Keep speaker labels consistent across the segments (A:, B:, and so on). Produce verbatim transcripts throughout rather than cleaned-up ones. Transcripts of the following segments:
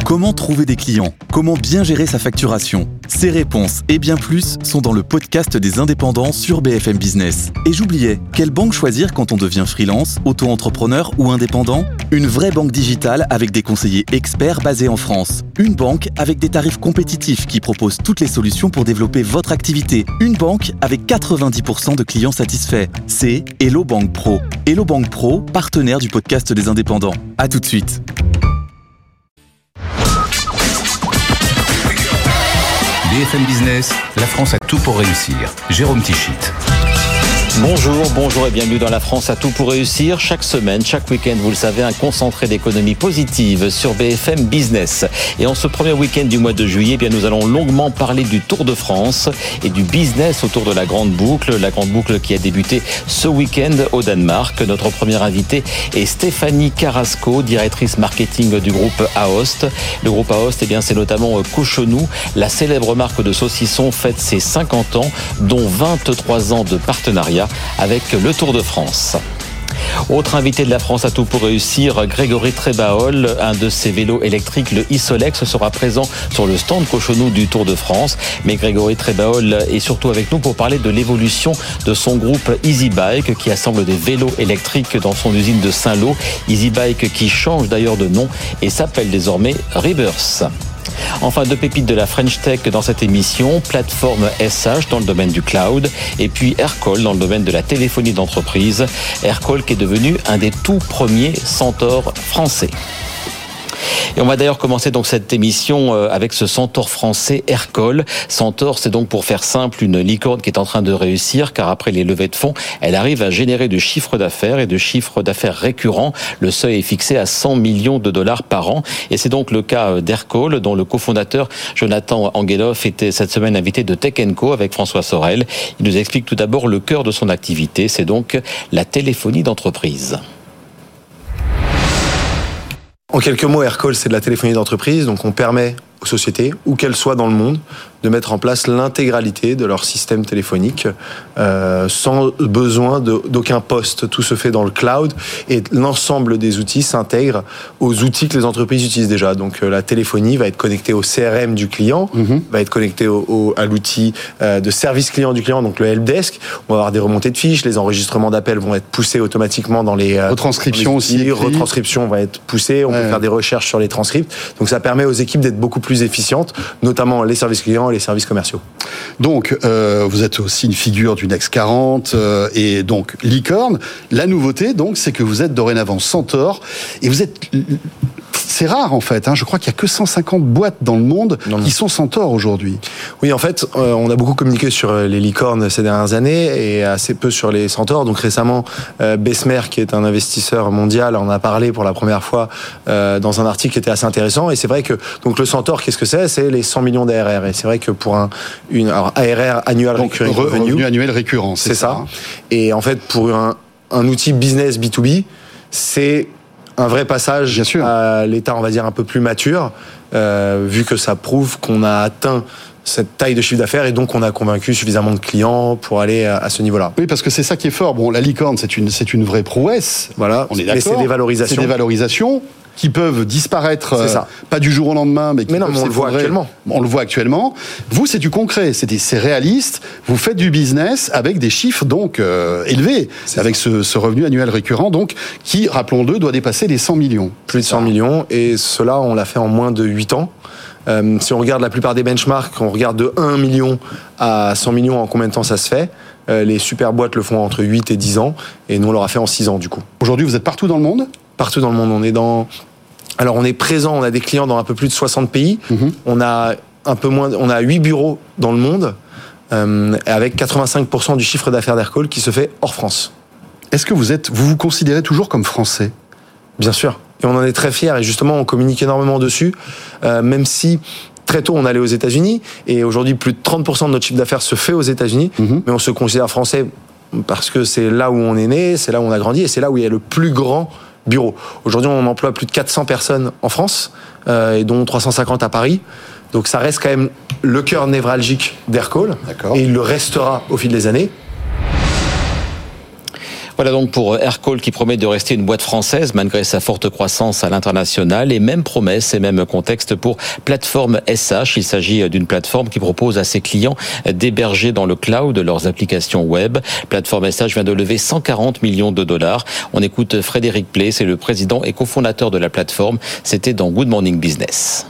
A: Comment trouver des clients ? Comment bien gérer sa facturation ? Ces réponses et bien plus sont dans le podcast des indépendants sur B F M Business. Et j'oubliais, quelle banque choisir quand on devient freelance, auto-entrepreneur ou indépendant ? Une vraie banque digitale avec des conseillers experts basés en France. Une banque avec des tarifs compétitifs qui propose toutes les solutions pour développer votre activité. Une banque avec quatre-vingt-dix pour cent de clients satisfaits. C'est Hello Bank Pro. Hello Bank Pro, partenaire du podcast des indépendants. À tout de suite.
B: B F M Business, la France a tout pour réussir. Jérôme Tichit.
C: Bonjour, bonjour et bienvenue dans La France a tout pour réussir. Chaque semaine, chaque week-end, vous le savez, un concentré d'économie positive sur B F M Business. Et en ce premier week-end du mois de juillet, eh bien, nous allons longuement parler du Tour de France et du business autour de la Grande Boucle. La Grande Boucle qui a débuté ce week-end au Danemark. Notre première invitée est Stéphanie Carrasco, directrice marketing du groupe Aoste. Le groupe Aoste, eh bien, c'est notamment Cochonou, la célèbre marque de saucissons fête ses cinquante ans, dont vingt-trois ans de partenariat avec le Tour de France. Autre invité de La France à tout pour réussir, Grégory Trébaol, un de ses vélos électriques, le e-Solex, sera présent sur le stand Cochonou du Tour de France. Mais Grégory Trébaol est surtout avec nous pour parler de l'évolution de son groupe EasyBike qui assemble des vélos électriques dans son usine de Saint-Lô. EasyBike qui change d'ailleurs de nom et s'appelle désormais Rebirth. Enfin, deux pépites de la French Tech dans cette émission, plateforme S H dans le domaine du cloud et puis Aircall dans le domaine de la téléphonie d'entreprise. Aircall qui est devenu un des tout premiers centaures français. Et on va d'ailleurs commencer donc cette émission avec ce centaure français Aircall. Centaure, c'est donc pour faire simple une licorne qui est en train de réussir car après les levées de fonds, elle arrive à générer du chiffre d'affaires et de chiffre d'affaires récurrent. Le seuil est fixé à cent millions de dollars par an et c'est donc le cas d'Aircall dont le cofondateur Jonathan Angelov était cette semaine invité de Tech and Co avec François Sorel. Il nous explique tout d'abord le cœur de son activité, c'est donc la téléphonie d'entreprise.
D: En quelques mots, Aircall, c'est de la téléphonie d'entreprise, donc on permet aux sociétés, où qu'elles soient dans le monde, de mettre en place l'intégralité de leur système téléphonique euh, sans besoin de, d'aucun poste. Tout se fait dans le cloud et l'ensemble des outils s'intègre aux outils que les entreprises utilisent déjà. Donc euh, la téléphonie va être connectée au C R M du client, mm-hmm. va être connectée au, au, à l'outil euh, de service client du client, donc le helpdesk. On va avoir des remontées de fiches, les enregistrements d'appels vont être poussés automatiquement dans les... Euh,
E: retranscriptions
D: dans les outils,
E: aussi.
D: Retranscription va être poussée, on ouais. peut faire des recherches sur les transcripts. Donc ça permet aux équipes d'être beaucoup plus efficientes, notamment les services clients, les services commerciaux.
E: Donc, euh, vous êtes aussi une figure du Next quarante euh, et donc licorne. La nouveauté, donc, c'est que vous êtes dorénavant centaure et vous êtes... C'est rare en fait, hein. Je crois qu'il n'y a que cent cinquante boîtes dans le monde non, non. qui sont centaures aujourd'hui.
D: Oui, en fait, euh, on a beaucoup communiqué sur les licornes ces dernières années et assez peu sur les centaures. Donc récemment, euh, Bessemer, qui est un investisseur mondial, en a parlé pour la première fois euh, dans un article qui était assez intéressant. Et c'est vrai que donc le centaure, qu'est-ce que c'est ? C'est les cent millions d'A R R. Et c'est vrai que pour un une alors A R R annual
E: donc,
D: recurring
E: re,
D: revenue,
E: revenu annuel récurrent, c'est,
D: c'est ça. ça. Hein. Et en fait, pour un un outil business B deux B, c'est un vrai passage à l'état, on va dire, un peu plus mature, euh, vu que ça prouve qu'on a atteint cette taille de chiffre d'affaires et donc on a convaincu suffisamment de clients pour aller à, à ce niveau-là.
E: Oui, parce que c'est ça qui est fort. Bon, la licorne, c'est une, c'est une vraie prouesse.
D: Voilà.
E: On est d'accord.
D: Mais c'est des valorisations.
E: C'est des valorisations qui peuvent disparaître, euh, pas du jour au lendemain, mais qui
D: mais non,
E: peuvent
D: mais on le voit actuellement.
E: On le voit actuellement. Vous, c'est du concret, c'est, des, c'est réaliste. Vous faites du business avec des chiffres donc euh, élevés, c'est avec ce, ce revenu annuel récurrent, donc qui, rappelons-le, doit dépasser les cent millions.
D: Plus de cent millions, et cela, on l'a fait en moins de huit ans. Euh, si on regarde la plupart des benchmarks, on regarde de un million à cent millions, en combien de temps ça se fait. Euh, les super boîtes le font entre huit et dix ans, et nous, on l'aura fait en six ans, du coup.
E: Aujourd'hui, vous êtes partout dans le monde ?
D: Partout dans le monde, on est dans... Alors on est présent, on a des clients dans un peu plus de soixante pays. Mmh. On a un peu moins, on a huit bureaux dans le monde, euh, avec quatre-vingt-cinq pour cent du chiffre d'affaires d'Aircall qui se fait hors France.
E: Est-ce que vous êtes, vous vous considérez toujours comme français ?
D: Bien sûr, et on en est très fiers. Et justement, on communique énormément dessus, euh, même si très tôt on allait aux États-Unis, et aujourd'hui plus de trente pour cent de notre chiffre d'affaires se fait aux États-Unis, mmh. mais on se considère français parce que c'est là où on est né, c'est là où on a grandi, et c'est là où il y a le plus grand bureau. Aujourd'hui, on emploie plus de quatre cents personnes en France, euh, et dont trois cent cinquante à Paris. Donc ça reste quand même le cœur névralgique d'Aircall, et il le restera au fil des années.
C: Voilà donc pour Aircall qui promet de rester une boîte française malgré sa forte croissance à l'international, et même promesse et même contexte pour Plateforme S H. Il s'agit d'une plateforme qui propose à ses clients d'héberger dans le cloud leurs applications web. Plateforme S H vient de lever cent quarante millions de dollars. On écoute Frédéric Play, c'est le président et cofondateur de la plateforme. C'était dans Good Morning Business.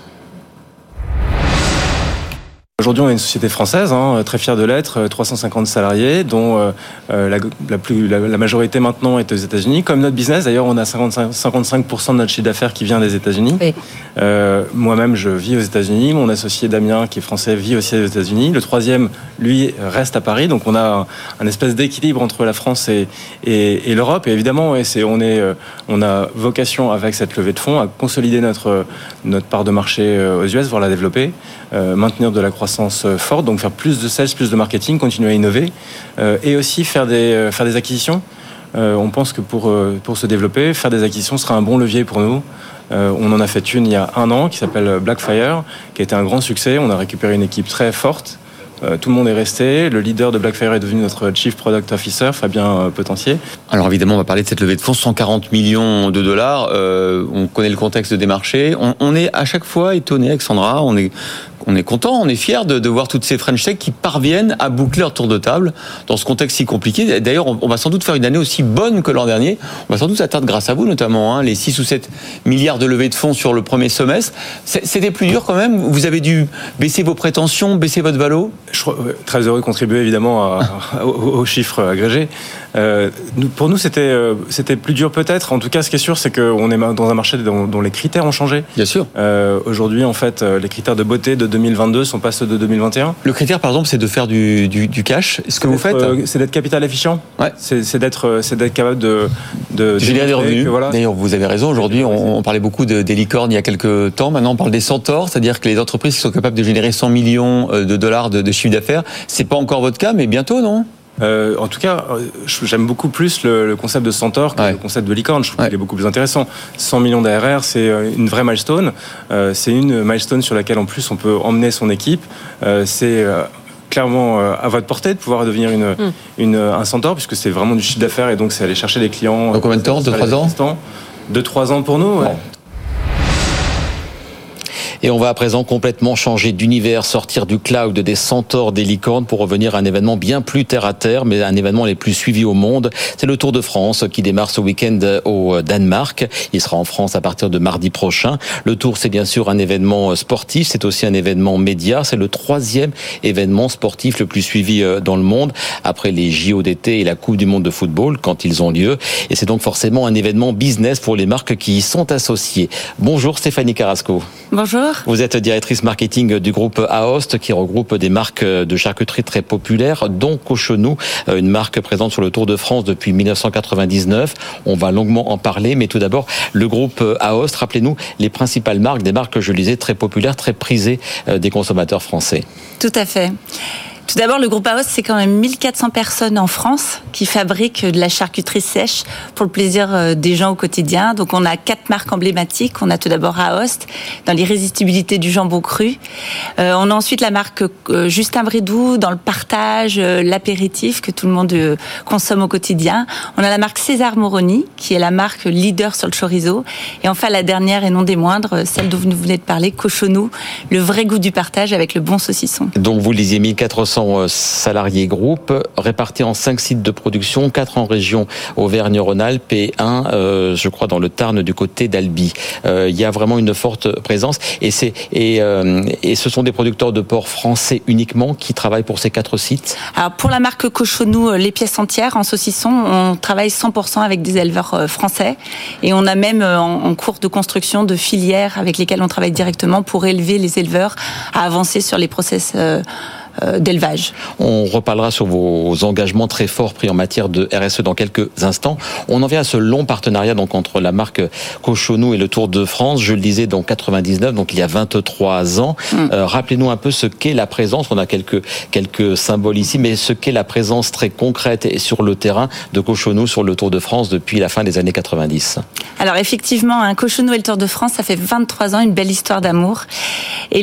F: Aujourd'hui, on est une société française, hein, très fière de l'être, trois cent cinquante salariés, dont euh, la, la, plus, la, la majorité maintenant est aux États-Unis. Comme notre business, d'ailleurs, on a cinquante-cinq, cinquante-cinq pour cent de notre chiffre d'affaires qui vient des États-Unis. Oui. Euh, moi-même, je vis aux États-Unis. Mon associé Damien, qui est français, vit aussi aux États-Unis. Le troisième, lui, reste à Paris. Donc, on a un, un espèce d'équilibre entre la France et, et, et l'Europe. Et évidemment, ouais, c'est, on, est, on a vocation, avec cette levée de fonds, à consolider notre, notre part de marché aux U S, voire la développer, euh, maintenir de la croissance forte, donc faire plus de sales, plus de marketing, continuer à innover euh, et aussi faire des, euh, faire des acquisitions. Euh, on pense que pour, euh, pour se développer, faire des acquisitions sera un bon levier pour nous. Euh, on en a fait une il y a un an qui s'appelle Blackfire, qui a été un grand succès. On a récupéré une équipe très forte. Euh, tout le monde est resté. Le leader de Blackfire est devenu notre Chief Product Officer, Fabien euh, Potentier.
C: Alors évidemment, on va parler de cette levée de fonds, cent quarante millions de dollars. Euh, on connaît le contexte des marchés. On, on est à chaque fois étonné, Alexandra. On est On est content, on est fiers de, de voir toutes ces French Tech qui parviennent à boucler leur tour de table dans ce contexte si compliqué. D'ailleurs, on, on va sans doute faire une année aussi bonne que l'an dernier. On va sans doute atteindre, grâce à vous notamment, hein, les six ou sept milliards de levées de fonds sur le premier semestre. C'était plus dur quand même. Vous avez dû baisser vos prétentions, baisser votre valo.
F: Je suis très heureux de contribuer évidemment à, à, aux, aux chiffres agrégés. Euh, nous, pour nous, c'était, euh, c'était plus dur peut-être. En tout cas, ce qui est sûr, c'est qu'on est dans un marché dont, dont les critères ont changé.
C: Bien sûr.
F: Euh, aujourd'hui, en fait, les critères de beauté de deux mille vingt-deux sont pas ceux de deux mille vingt et un.
C: Le critère, par exemple, c'est de faire du, du, du cash. Est-ce que vous faites
F: euh, C'est d'être capital efficient. Ouais. C'est, c'est d'être, c'est d'être capable de, de,
C: de générer des revenus.
F: Que, voilà.
C: D'ailleurs, vous avez raison. Aujourd'hui, on, on parlait beaucoup de, des licornes il y a quelques temps. Maintenant, on parle des centaures, c'est-à-dire que les entreprises qui sont capables de générer cent millions de dollars de, de chiffre d'affaires. C'est pas encore votre cas, mais bientôt, non?
F: Euh, en tout cas, j'aime beaucoup plus le, le concept de Centaure que ouais. le concept de licorne. Je trouve ouais. qu'il est beaucoup plus intéressant. cent millions d'A R R, c'est une vraie milestone. Euh, c'est une milestone sur laquelle, en plus, on peut emmener son équipe. Euh, c'est euh, clairement euh, à votre portée de pouvoir devenir une, mm. une, un Centaure, puisque c'est vraiment du chiffre d'affaires et donc c'est aller chercher des clients.
C: Dans combien de temps? deux trois ans
F: deux trois ans pour nous, ouais. Bon.
C: Et on va à présent complètement changer d'univers, sortir du cloud, des centaures, des licornes pour revenir à un événement bien plus terre à terre, mais un événement les plus suivis au monde. C'est le Tour de France qui démarre ce week-end au Danemark. Il sera en France à partir de mardi prochain. Le Tour, c'est bien sûr un événement sportif, c'est aussi un événement média. C'est le troisième événement sportif le plus suivi dans le monde, après les J O d'été et la Coupe du Monde de football, quand ils ont lieu. Et c'est donc forcément un événement business pour les marques qui y sont associées. Bonjour Stéphanie Carrasco.
G: Bonjour.
C: Vous êtes directrice marketing du groupe Aoste qui regroupe des marques de charcuterie très populaires, dont Cochonou, une marque présente sur le Tour de France depuis dix-neuf cent quatre-vingt-dix-neuf. On va longuement en parler, mais tout d'abord, le groupe Aoste, rappelez-nous les principales marques, des marques, je le disais, très populaires, très prisées des consommateurs français.
G: Tout à fait. Tout d'abord, le groupe Aoste, c'est quand même mille quatre cents personnes en France qui fabriquent de la charcuterie sèche pour le plaisir des gens au quotidien. Donc, on a quatre marques emblématiques. On a tout d'abord Aoste, dans l'irrésistibilité du jambon cru. Euh, on a ensuite la marque euh, Justin Bridou, dans le partage, euh, l'apéritif que tout le monde euh, consomme au quotidien. On a la marque César Moroni, qui est la marque leader sur le chorizo. Et enfin, la dernière et non des moindres, celle dont vous venez de parler, Cochonou, le vrai goût du partage avec le bon saucisson.
C: Donc, vous le disiez, mille quatre cents salariés groupe, répartis en cinq sites de production, quatre en région Auvergne-Rhône-Alpes et un, euh, je crois, dans le Tarn du côté d'Albi. Euh, il y a vraiment une forte présence et, c'est, et, euh, et ce sont des producteurs de porc français uniquement qui travaillent pour ces quatre sites.
G: Alors pour la marque Cochonou, les pièces entières en saucisson, on travaille cent pour cent avec des éleveurs français et on a même en, en cours de construction de filières avec lesquelles on travaille directement pour élever les éleveurs à avancer sur les process euh, d'élevage.
C: On reparlera sur vos engagements très forts pris en matière de R S E dans quelques instants. On en vient à ce long partenariat donc entre la marque Cochonou et le Tour de France. Je le disais, donc quatre-vingt-dix-neuf, donc il y a vingt-trois ans. Mm. Euh, rappelez-nous un peu ce qu'est la présence. On a quelques quelques symboles ici, mais ce qu'est la présence très concrète et sur le terrain de Cochonou sur le Tour de France depuis la fin des années quatre-vingt-dix.
G: Alors effectivement, un Cochonou et le Tour de France, ça fait vingt-trois ans, une belle histoire d'amour. Et le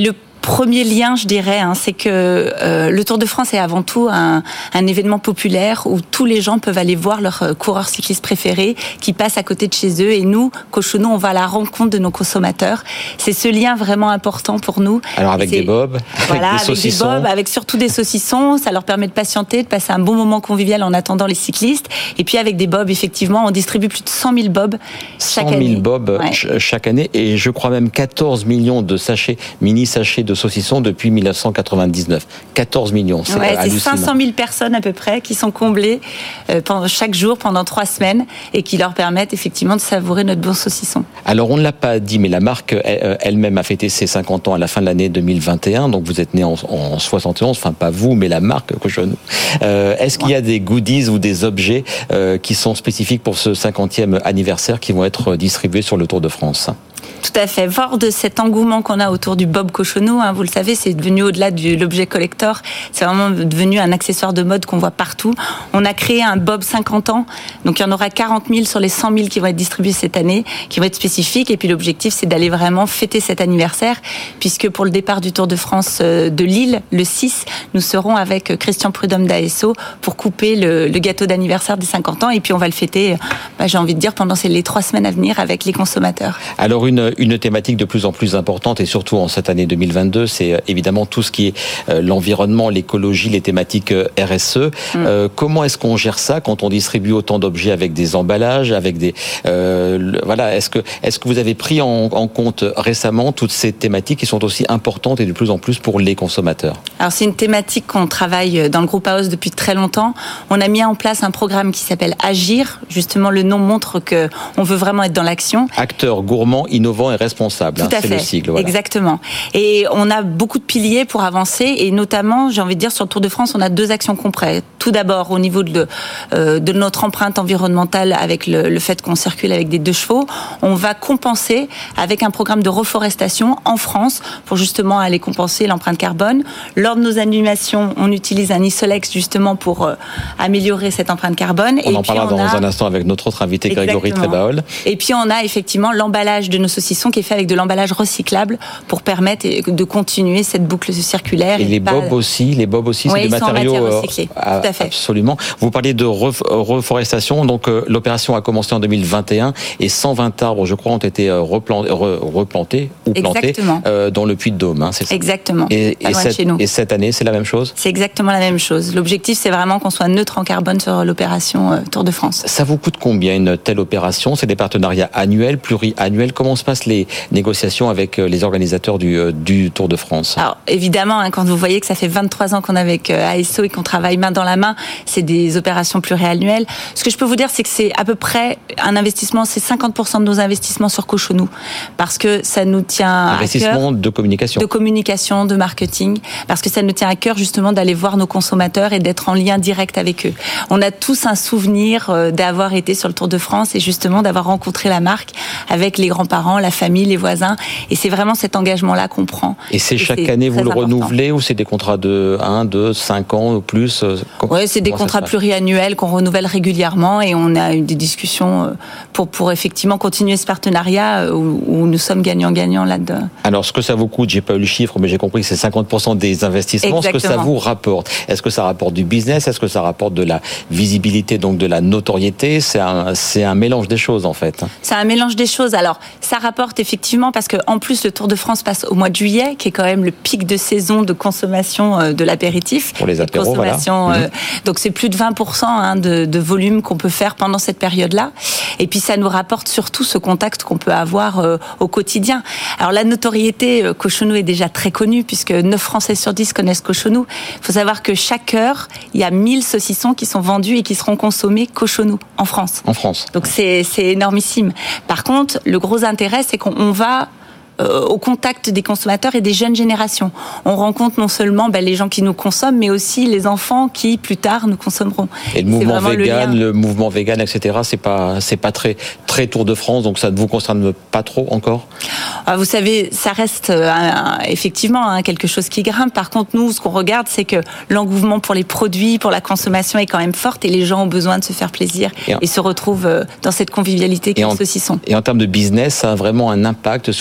G: premier lien, je dirais, hein, c'est que euh, le Tour de France est avant tout un, un événement populaire où tous les gens peuvent aller voir leur coureur cycliste préféré qui passe à côté de chez eux. Et nous, Cochonou, on va à la rencontre de nos consommateurs. C'est ce lien vraiment important pour nous.
C: Alors avec
G: c'est,
C: des bobs,
G: voilà,
C: avec des saucissons.
G: Avec des bobs, avec surtout des saucissons. Ça leur permet de patienter, de passer un bon moment convivial en attendant les cyclistes. Et puis avec des bobs, effectivement, on distribue plus de cent mille bobs chaque année.
C: cent mille bobs
G: ouais.
C: ch- chaque année. Et je crois même quatorze millions de sachets, mini sachets de saucissons depuis dix-neuf cent quatre-vingt-dix-neuf. quatorze millions, c'est
G: ouais,
C: hallucinant.
G: C'est cinq cent mille personnes à peu près qui sont comblées euh, pendant, chaque jour pendant trois semaines et qui leur permettent effectivement de savourer notre bon saucisson.
C: Alors on ne l'a pas dit, mais la marque elle-même a fêté ses cinquante ans à la fin de l'année deux mille vingt et un, donc vous êtes né en, en soixante et onze, enfin pas vous, mais la marque Cochonou. Euh, est-ce qu'il y a des goodies ou des objets euh, qui sont spécifiques pour ce cinquantième anniversaire qui vont être distribués sur le Tour de France ?
G: Tout à fait. Fort de cet engouement qu'on a autour du Bob Cochonou, hein, vous le savez, c'est devenu au-delà de l'objet collector. C'est vraiment devenu un accessoire de mode qu'on voit partout. On a créé un Bob cinquante ans. Donc, il y en aura quarante mille sur les cent mille qui vont être distribués cette année, qui vont être spécifiques. Et puis, l'objectif, c'est d'aller vraiment fêter cet anniversaire, puisque pour le départ du Tour de France de Lille, le six, nous serons avec Christian Prudhomme d'A S O pour couper le, le gâteau d'anniversaire des cinquante ans. Et puis, on va le fêter, bah, j'ai envie de dire, pendant les trois semaines à venir avec les consommateurs.
C: Alors, une Une thématique de plus en plus importante, et surtout en cette année deux mille vingt-deux, c'est évidemment tout ce qui est euh, l'environnement, l'écologie, les thématiques euh, R S E. Mm. Euh, comment est-ce qu'on gère ça quand on distribue autant d'objets avec des emballages, avec des euh, le, voilà, est-ce que est-ce que vous avez pris en, en compte récemment toutes ces thématiques qui sont aussi importantes et de plus en plus pour les consommateurs?
G: Alors c'est une thématique qu'on travaille dans le groupe A O S depuis très longtemps. On a mis en place un programme qui s'appelle Agir. Justement, le nom montre que on veut vraiment être dans l'action.
C: Acteur gourmand, innovant et responsable.
G: Tout à
C: hein, c'est
G: fait.
C: le sigle. Voilà.
G: Exactement. Et on a beaucoup de piliers pour avancer, et notamment, j'ai envie de dire, sur le Tour de France, on a deux actions concrètes. Tout d'abord, au niveau de, euh, de notre empreinte environnementale, avec le, le fait qu'on circule avec des deux chevaux, on va compenser avec un programme de reforestation en France pour justement aller compenser l'empreinte carbone. Lors de nos animations, on utilise un Isolex justement pour euh, améliorer cette empreinte carbone.
C: On
G: et
C: en
G: puis
C: parlera
G: on
C: dans
G: a...
C: un instant avec notre autre invité,
G: Exactement.
C: Grégory Trébaol.
G: Et puis on a effectivement l'emballage de nos saucissons qui est fait avec de l'emballage recyclable pour permettre de continuer cette boucle circulaire.
C: Et, et les
G: pas...
C: bobs aussi, les bobs aussi,
G: oui,
C: c'est des matériaux
G: matière recyclée.
C: Euh,
G: Tout à fait.
C: Absolument. Vous parliez de ref, reforestation, donc euh, l'opération a commencé en deux mille vingt et un et cent vingt arbres, je crois, ont été euh, replantés, re, replantés ou plantés euh, dans le Puy-de-Dôme. Hein, c'est ça.
G: Exactement.
C: Et, et, cette,
G: chez nous.
C: et cette année, c'est la même chose?
G: C'est exactement la même chose. L'objectif, c'est vraiment qu'on soit neutre en carbone sur l'opération euh, Tour de France.
C: Ça vous coûte combien une telle opération? C'est des partenariats annuels, pluriannuels? Comment se passent les négociations avec les organisateurs du, du Tour de France?
G: Alors évidemment, hein, quand vous voyez que ça fait vingt-trois ans qu'on est avec euh, A S O et qu'on travaille main dans la main, c'est des opérations pluriannuelles. Ce que je peux vous dire, c'est que c'est à peu près un investissement, c'est cinquante pour cent de nos investissements sur Cochonou, parce que ça nous tient
C: investissement
G: à cœur.
C: de communication.
G: De communication, de marketing, parce que ça nous tient à cœur justement d'aller voir nos consommateurs et d'être en lien direct avec eux. On a tous un souvenir euh, d'avoir été sur le Tour de France et justement d'avoir rencontré la marque avec les grands-parents, la famille, les voisins, et c'est vraiment cet engagement-là qu'on prend.
C: Et c'est
G: et
C: chaque
G: c'est
C: année, vous le
G: important.
C: renouvelez, ou c'est des contrats de un, deux, cinq ans ou plus?
G: Oui, c'est des contrats pluriannuels qu'on renouvelle régulièrement, et on a eu des discussions pour, pour effectivement continuer ce partenariat où, où nous sommes gagnants-gagnants là-dedans.
C: Alors, ce que ça vous coûte, j'ai pas eu le chiffre, mais j'ai compris que c'est cinquante pour cent des investissements.
G: Exactement.
C: Ce que ça vous rapporte, est-ce que ça rapporte du business? Est-ce que ça rapporte de la visibilité, donc de la notoriété? C'est un, c'est un mélange des choses, en fait.
G: C'est un mélange des choses. Alors, ça rapporte effectivement, parce que en plus, le Tour de France passe au mois de juillet, qui est quand même le pic de saison de consommation de l'apéritif.
C: Pour les apéros, voilà.
G: Euh, donc, c'est plus de vingt pour cent hein, de, de volume qu'on peut faire pendant cette période-là. Et puis, ça nous rapporte surtout ce contact qu'on peut avoir euh, au quotidien. Alors, la notoriété, euh, Cochonou est déjà très connue, puisque neuf Français sur dix connaissent Cochonou. Il faut savoir que chaque heure, il y a mille saucissons qui sont vendus et qui seront consommés Cochonou en France.
C: En France.
G: Donc, c'est, c'est énormissime. Par contre, le gros intérêt, c'est qu'on on va euh, au contact des consommateurs et des jeunes générations. On rencontre non seulement ben, les gens qui nous consomment, mais aussi les enfants qui, plus tard, nous consommeront.
C: Et le mouvement vegan,
G: le,
C: le mouvement vegan, et cetera, c'est pas, c'est pas très, très Tour de France, donc ça ne vous concerne pas trop encore?
G: Ah, vous savez, ça reste euh, un, effectivement hein, quelque chose qui grimpe. Par contre, nous, ce qu'on regarde, c'est que l'engouement pour les produits, pour la consommation est quand même forte, et les gens ont besoin de se faire plaisir et, et se retrouvent euh, dans cette convivialité qui est le saucisson.
C: Et en termes de business, ça a vraiment un impact sur les ventes.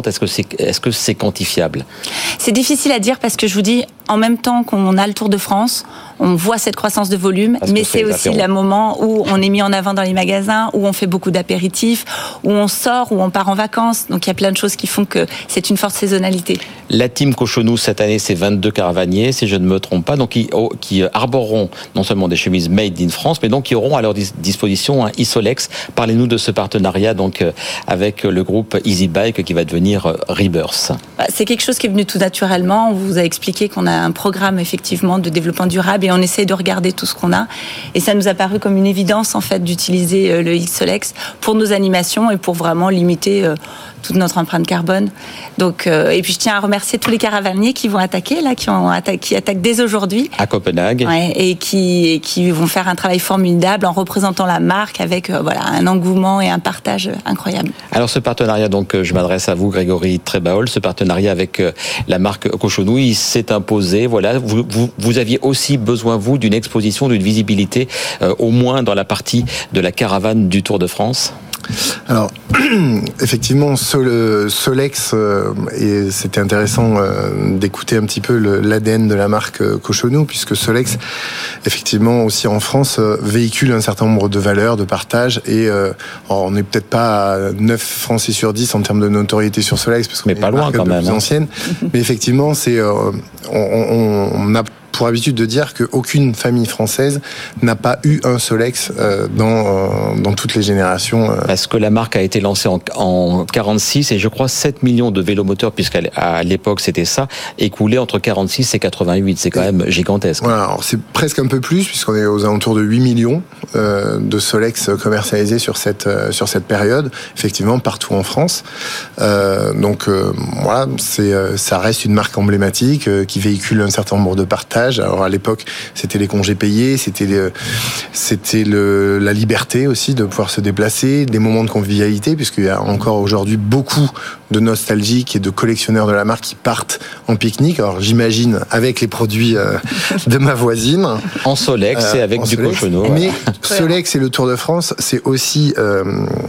C: Est-ce que c'est, est-ce que c'est quantifiable?
G: C'est difficile à dire parce que je vous dis, en même temps qu'on a le Tour de France, on voit cette croissance de volume, parce mais c'est aussi le moment où on est mis en avant dans les magasins, où on fait beaucoup d'apéritifs, où on sort, où on part en vacances. Donc il y a plein de choses qui font que c'est une forte saisonnalité.
C: La team Cochonou, cette année, c'est vingt-deux caravaniers, si je ne me trompe pas, donc qui, oh, qui arboreront non seulement des chemises made in France, mais donc qui auront à leur dis- disposition un Isolex. Parlez-nous de ce partenariat donc euh, avec le groupe Easy Bike qui va devenir euh, Rebirth.
G: C'est quelque chose qui est venu tout naturellement. On vous a expliqué qu'on a un programme effectivement de développement durable et on essaie de regarder tout ce qu'on a. Et ça nous a paru comme une évidence en fait d'utiliser le Isolex pour nos animations et pour vraiment limiter euh, toute notre empreinte carbone. Donc, euh, et puis je tiens à remercier tous les caravaniers qui vont attaquer là, qui, ont atta- qui attaquent dès aujourd'hui
C: à Copenhague,
G: ouais, et qui et qui vont faire un travail formidable en représentant la marque avec euh, voilà un engouement et un partage incroyable.
C: Alors ce partenariat, donc je m'adresse à vous, Grégory Trébaol, ce partenariat avec euh, la marque Cochonou, il s'est imposé. Voilà, vous, vous vous aviez aussi besoin vous d'une exposition, d'une visibilité, euh, au moins dans la partie de la caravane du Tour de France.
D: Alors, effectivement, Sol, Solex, euh, et c'était intéressant euh, d'écouter un petit peu le, l'A D N de la marque euh, Cochonou, puisque Solex, effectivement, aussi en France, euh, véhicule un certain nombre de valeurs, de partage, et euh, on n'est peut-être pas à neuf Français sur dix en termes de notoriété sur Solex, parce qu'on
C: mais
D: est
C: pas
D: une
C: loin
D: marque
C: quand
D: un peu
C: même,
D: plus
C: hein.
D: ancienne. Mais effectivement, c'est, euh, on, on, on a pour habitude de dire qu'aucune famille française n'a pas eu un Solex euh, dans, euh, dans toutes les générations. Euh.
C: Parce que la marque a été lancée en, en quarante-six et je crois sept millions de vélomoteurs, puisqu'à l'époque c'était ça, écoulés entre quarante-six et quatre-vingt-huit. C'est quand même gigantesque.
D: Voilà, alors c'est presque un peu plus, puisqu'on est aux alentours de huit millions euh, de Solex commercialisés sur cette, euh, sur cette période, effectivement, partout en France. Euh, donc euh, voilà, c'est, euh, ça reste une marque emblématique euh, qui véhicule un certain nombre de partages. Alors à l'époque, c'était les congés payés, c'était le, c'était le, la liberté aussi de pouvoir se déplacer, des moments de convivialité, puisqu'il y a encore aujourd'hui beaucoup de nostalgiques et de collectionneurs de la marque qui partent en pique-nique. Alors j'imagine avec les produits euh, de ma voisine.
C: En Solex euh, et avec du Cochonou.
D: Mais
C: voilà.
D: Solex et le Tour de France, c'est aussi euh,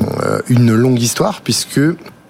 D: une longue histoire, puisque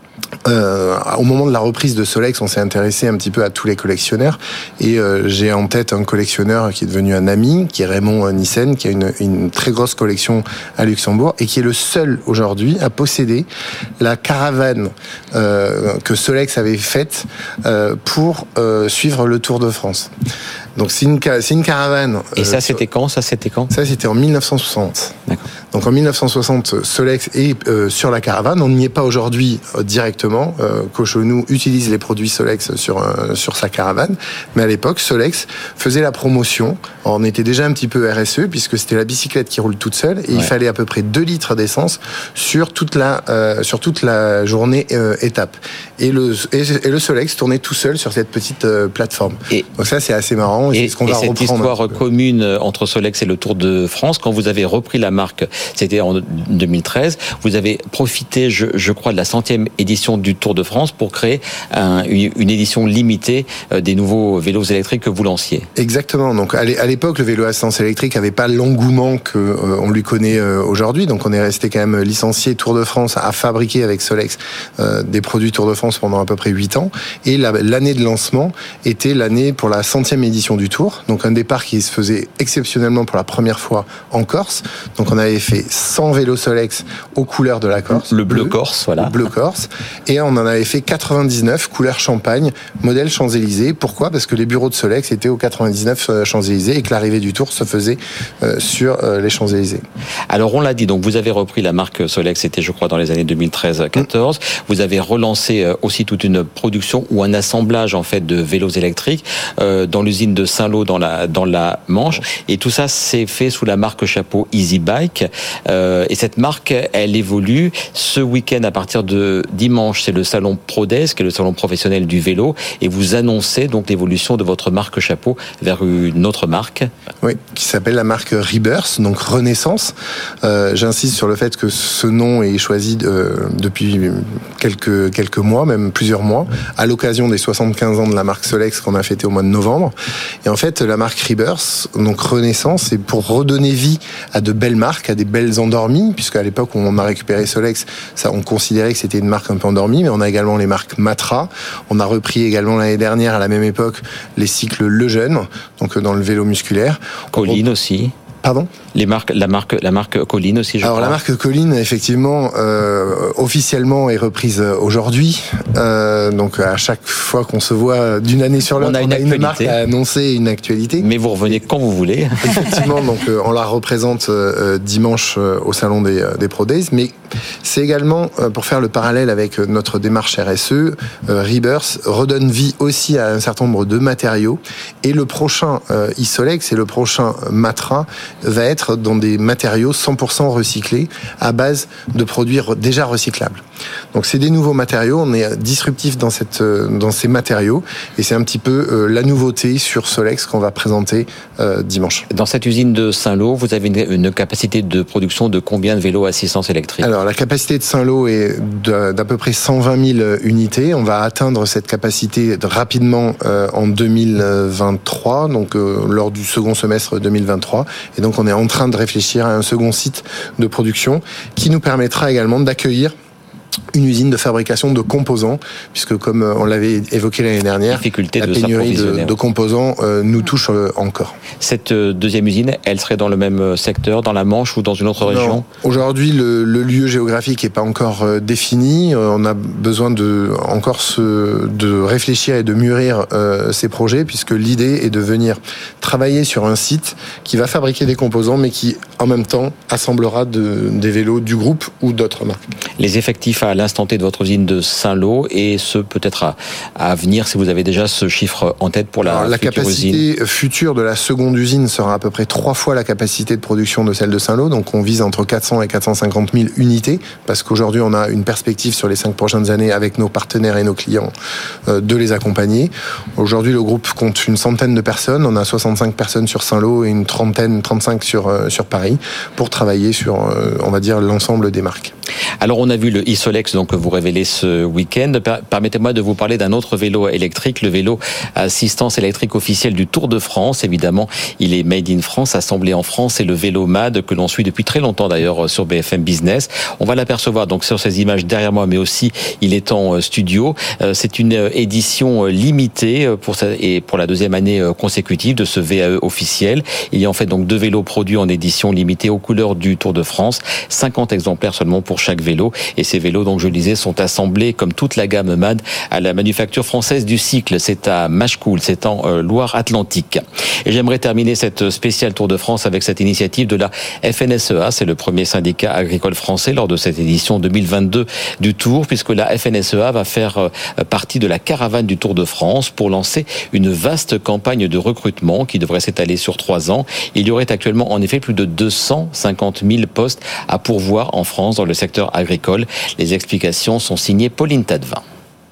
D: Euh, au moment de la reprise de Solex, on s'est intéressé un petit peu à tous les collectionneurs et euh, j'ai en tête un collectionneur qui est devenu un ami, qui est Raymond Nissen, qui a une, une très grosse collection à Luxembourg et qui est le seul aujourd'hui à posséder la caravane euh, que Solex avait faite euh, pour euh, suivre le Tour de France. Donc c'est une, c'est une caravane.
C: Et ça, euh, c'était quand Ça, c'était quand
D: Ça, c'était en mille neuf cent soixante.
C: D'accord.
D: Donc en mille neuf cent soixante, Solex est euh, sur la caravane. On n'y est pas aujourd'hui euh, directement. Euh, Cochonou utilise les produits Solex sur euh, sur sa caravane, mais à l'époque, Solex faisait la promotion. On était déjà un petit peu R S E puisque c'était la bicyclette qui roule toute seule et ouais. Il fallait à peu près deux litres d'essence sur toute la euh, sur toute la journée euh, étape. Et le et, et le Solex tournait tout seul sur cette petite euh, plateforme. Et donc ça, c'est assez marrant.
C: Et,
D: c'est ce qu'on
C: et
D: va
C: cette histoire commune entre Solex et le Tour de France, quand vous avez repris la marque, c'était en deux mille treize, vous avez profité, je, je crois, de la centième édition du Tour de France pour créer un, une édition limitée des nouveaux vélos électriques que vous lanciez.
D: Exactement. Donc à l'époque, le vélo à assistance électrique n'avait pas l'engouement que euh, on lui connaît euh, aujourd'hui. Donc on est resté quand même licencié Tour de France à fabriquer avec Solex euh, des produits Tour de France pendant à peu près huit ans. Et la, l'année de lancement était l'année pour la centième édition du Tour, donc un départ qui se faisait exceptionnellement pour la première fois en Corse. Donc on avait fait cent vélos Solex aux couleurs de la Corse.
C: Le bleu, bleu Corse, voilà.
D: Le bleu Corse. Et on en avait fait quatre-vingt-dix-neuf couleur champagne, modèle Champs-Élysées. Pourquoi ? Parce que les bureaux de Solex étaient aux quatre-vingt-dix-neuf Champs-Élysées et que l'arrivée du Tour se faisait euh, sur euh, les Champs-Élysées.
C: Alors on l'a dit, donc vous avez repris la marque Solex, c'était je crois dans les années deux mille treize quatorze. Mmh. Vous avez relancé euh, aussi toute une production ou un assemblage en fait de vélos électriques euh, dans l'usine de Saint-Lô dans la dans la Manche, et tout ça s'est fait sous la marque chapeau Easy Bike. Euh, et cette marque, elle évolue. Ce week-end, à partir de dimanche, c'est le salon ProDes, qui est le salon professionnel du vélo, et vous annoncez donc l'évolution de votre marque chapeau vers une autre marque.
D: Oui, qui s'appelle la marque Rebirth, donc Renaissance. Euh, j'insiste sur le fait que ce nom est choisi de, depuis quelques quelques mois, même plusieurs mois, à l'occasion des soixante-quinze ans de la marque Solex qu'on a fêté au mois de novembre. Et en fait, la marque Rebirth, donc Renaissance, c'est pour redonner vie à de belles marques, à des belles endormies, puisque à l'époque où on a récupéré Solex, ça, on considérait que c'était une marque un peu endormie, mais on a également les marques Matra. On a repris également l'année dernière, à la même époque, les cycles Lejeune, donc dans le vélo musculaire.
C: Colline on... aussi.
D: Pardon ?
C: Les marques, la marque, la marque Colline aussi, je
D: Alors
C: crois.
D: la marque Colline, effectivement, euh, officiellement est reprise aujourd'hui. Euh, donc à chaque fois qu'on se voit d'une année sur l'autre,
C: on a une,
D: on a une marque à annoncer une actualité.
C: Mais vous revenez quand vous voulez.
D: Effectivement, donc euh, on la représente euh, dimanche euh, au salon des, des Pro Days. Mais c'est également euh, pour faire le parallèle avec notre démarche R S E, euh, Rebirth redonne vie aussi à un certain nombre de matériaux. Et le prochain euh, Isolex et le prochain Matra va être dans des matériaux cent pour cent recyclés à base de produits déjà recyclables. Donc c'est des nouveaux matériaux, on est disruptif dans cette dans ces matériaux et c'est un petit peu euh, la nouveauté sur Solex qu'on va présenter euh, dimanche.
C: Dans cette usine de Saint-Lô, vous avez une, une capacité de production de combien de vélos à assistance électrique ?
D: Alors la capacité de Saint-Lô est d'à peu près cent vingt mille unités. On va atteindre cette capacité rapidement euh, en deux mille vingt-trois, donc euh, lors du second semestre deux mille vingt-trois. Et donc on est en train de réfléchir à un second site de production qui nous permettra également d'accueillir une usine de fabrication de composants, puisque comme on l'avait évoqué l'année dernière,
C: Difficulté
D: la
C: de
D: pénurie de, de composants euh, nous touche euh, encore.
C: Cette deuxième usine, elle serait dans le même secteur, dans la Manche ou dans une autre région ?
D: Non. Aujourd'hui, le, le lieu géographique n'est pas encore euh, défini. Euh, on a besoin de encore se, de réfléchir et de mûrir euh, ces projets, puisque l'idée est de venir travailler sur un site qui va fabriquer des composants, mais qui en même temps assemblera de, des vélos du groupe ou d'autres marques.
C: Les effectifs à l'instant T de votre usine de Saint-Lô et ce peut-être à, à venir si vous avez déjà ce chiffre en tête pour la
D: Alors, la
C: future
D: capacité
C: usine.
D: future de la seconde usine sera à peu près trois fois la capacité de production de celle de Saint-Lô, donc on vise entre quatre cents et quatre cent cinquante mille unités, parce qu'aujourd'hui on a une perspective sur les cinq prochaines années avec nos partenaires et nos clients euh, de les accompagner. Aujourd'hui le groupe compte une centaine de personnes, on a soixante-cinq personnes sur Saint-Lô et une trentaine, trente-cinq sur, euh, sur Paris, pour travailler sur, euh, on va dire, l'ensemble des marques.
C: Alors on a vu le Isolex donc que vous révélez ce week-end. Permettez-moi de vous parler d'un autre vélo électrique, le vélo à assistance électrique officiel du Tour de France. Évidemment, il est made in France, assemblé en France. C'est le vélo M A D que l'on suit depuis très longtemps d'ailleurs sur B F M Business. On va l'apercevoir donc sur ces images derrière moi, mais aussi il est en studio. C'est une édition limitée pour ça, et pour la deuxième année consécutive de ce V A E officiel. Il y a en fait donc deux vélos produits en édition limitée aux couleurs du Tour de France. cinquante exemplaires seulement pour chaque vélo. Et ces vélos, donc je le disais, sont assemblés comme toute la gamme M A D à la manufacture française du cycle. C'est à Machecoul, c'est en euh, Loire-Atlantique. Et j'aimerais terminer cette spéciale Tour de France avec cette initiative de la F N S E A. C'est le premier syndicat agricole français lors de cette édition deux mille vingt-deux du Tour, puisque la F N S E A va faire euh, partie de la caravane du Tour de France pour lancer une vaste campagne de recrutement qui devrait s'étaler sur trois ans. Il y aurait actuellement en effet plus de deux cent cinquante mille postes à pourvoir en France dans le secteur agricole. Les explications sont signées Pauline Tadevin.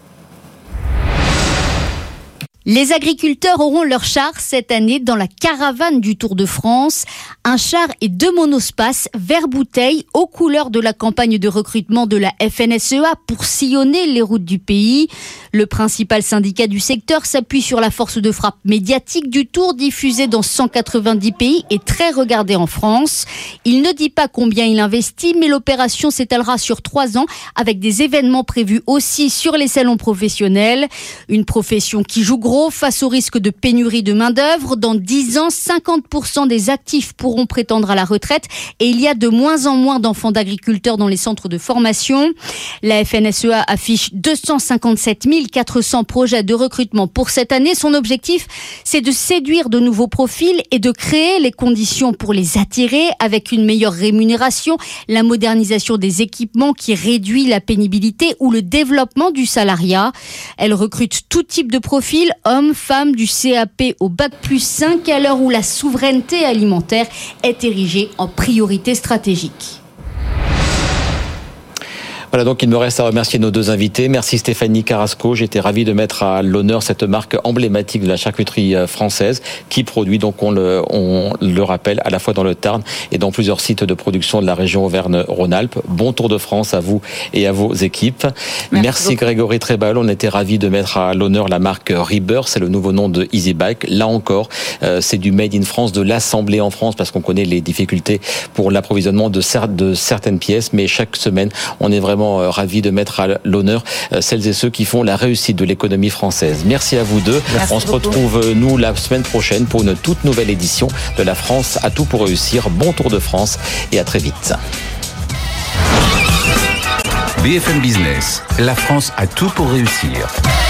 H: Les agriculteurs auront leur char cette année dans la caravane du Tour de France. Un char et deux monospaces vert bouteille aux couleurs de la campagne de recrutement de la F N S E A pour sillonner les routes du pays. Le principal syndicat du secteur s'appuie sur la force de frappe médiatique du Tour diffusée dans cent quatre-vingt-dix pays et très regardée en France. Il ne dit pas combien il investit, mais l'opération s'étalera sur trois ans avec des événements prévus aussi sur les salons professionnels. Une profession qui joue gros face au risque de pénurie de main-d'œuvre. Dans dix ans, cinquante pour cent des actifs pourront prétendre à la retraite et il y a de moins en moins d'enfants d'agriculteurs dans les centres de formation. La F N S E A affiche deux cent cinquante-sept mille quatre cents projets de recrutement pour cette année. Son objectif, c'est de séduire de nouveaux profils et de créer les conditions pour les attirer avec une meilleure rémunération, la modernisation des équipements qui réduit la pénibilité ou le développement du salariat. Elle recrute tout type de profils, hommes, femmes, du C A P au bac plus cinq, à l'heure où la souveraineté alimentaire est érigée en priorité stratégique.
C: Voilà, donc il me reste à remercier nos deux invités. Merci Stéphanie Carrasco. J'étais ravi de mettre à l'honneur cette marque emblématique de la charcuterie française qui produit, donc on le, on le rappelle, à la fois dans le Tarn et dans plusieurs sites de production de la région Auvergne-Rhône-Alpes. Bon Tour de France à vous et à vos équipes. Merci, Merci Grégory Trébal. On était ravi de mettre à l'honneur la marque Reaber. C'est le nouveau nom de Easy Bike. Là encore, euh, c'est du made in France, de l'assemblée en France, parce qu'on connaît les difficultés pour l'approvisionnement de, cer- de certaines pièces. Mais chaque semaine, on est vraiment euh, ravi de mettre à l'honneur euh, celles et ceux qui font la réussite de l'économie française. Merci à vous deux. Merci on se beaucoup. retrouve, euh, nous, la semaine prochaine pour une toute nouvelle édition de La France a tout pour réussir. Bon Tour de France et à très vite.
B: B F M Business, la France a tout pour réussir.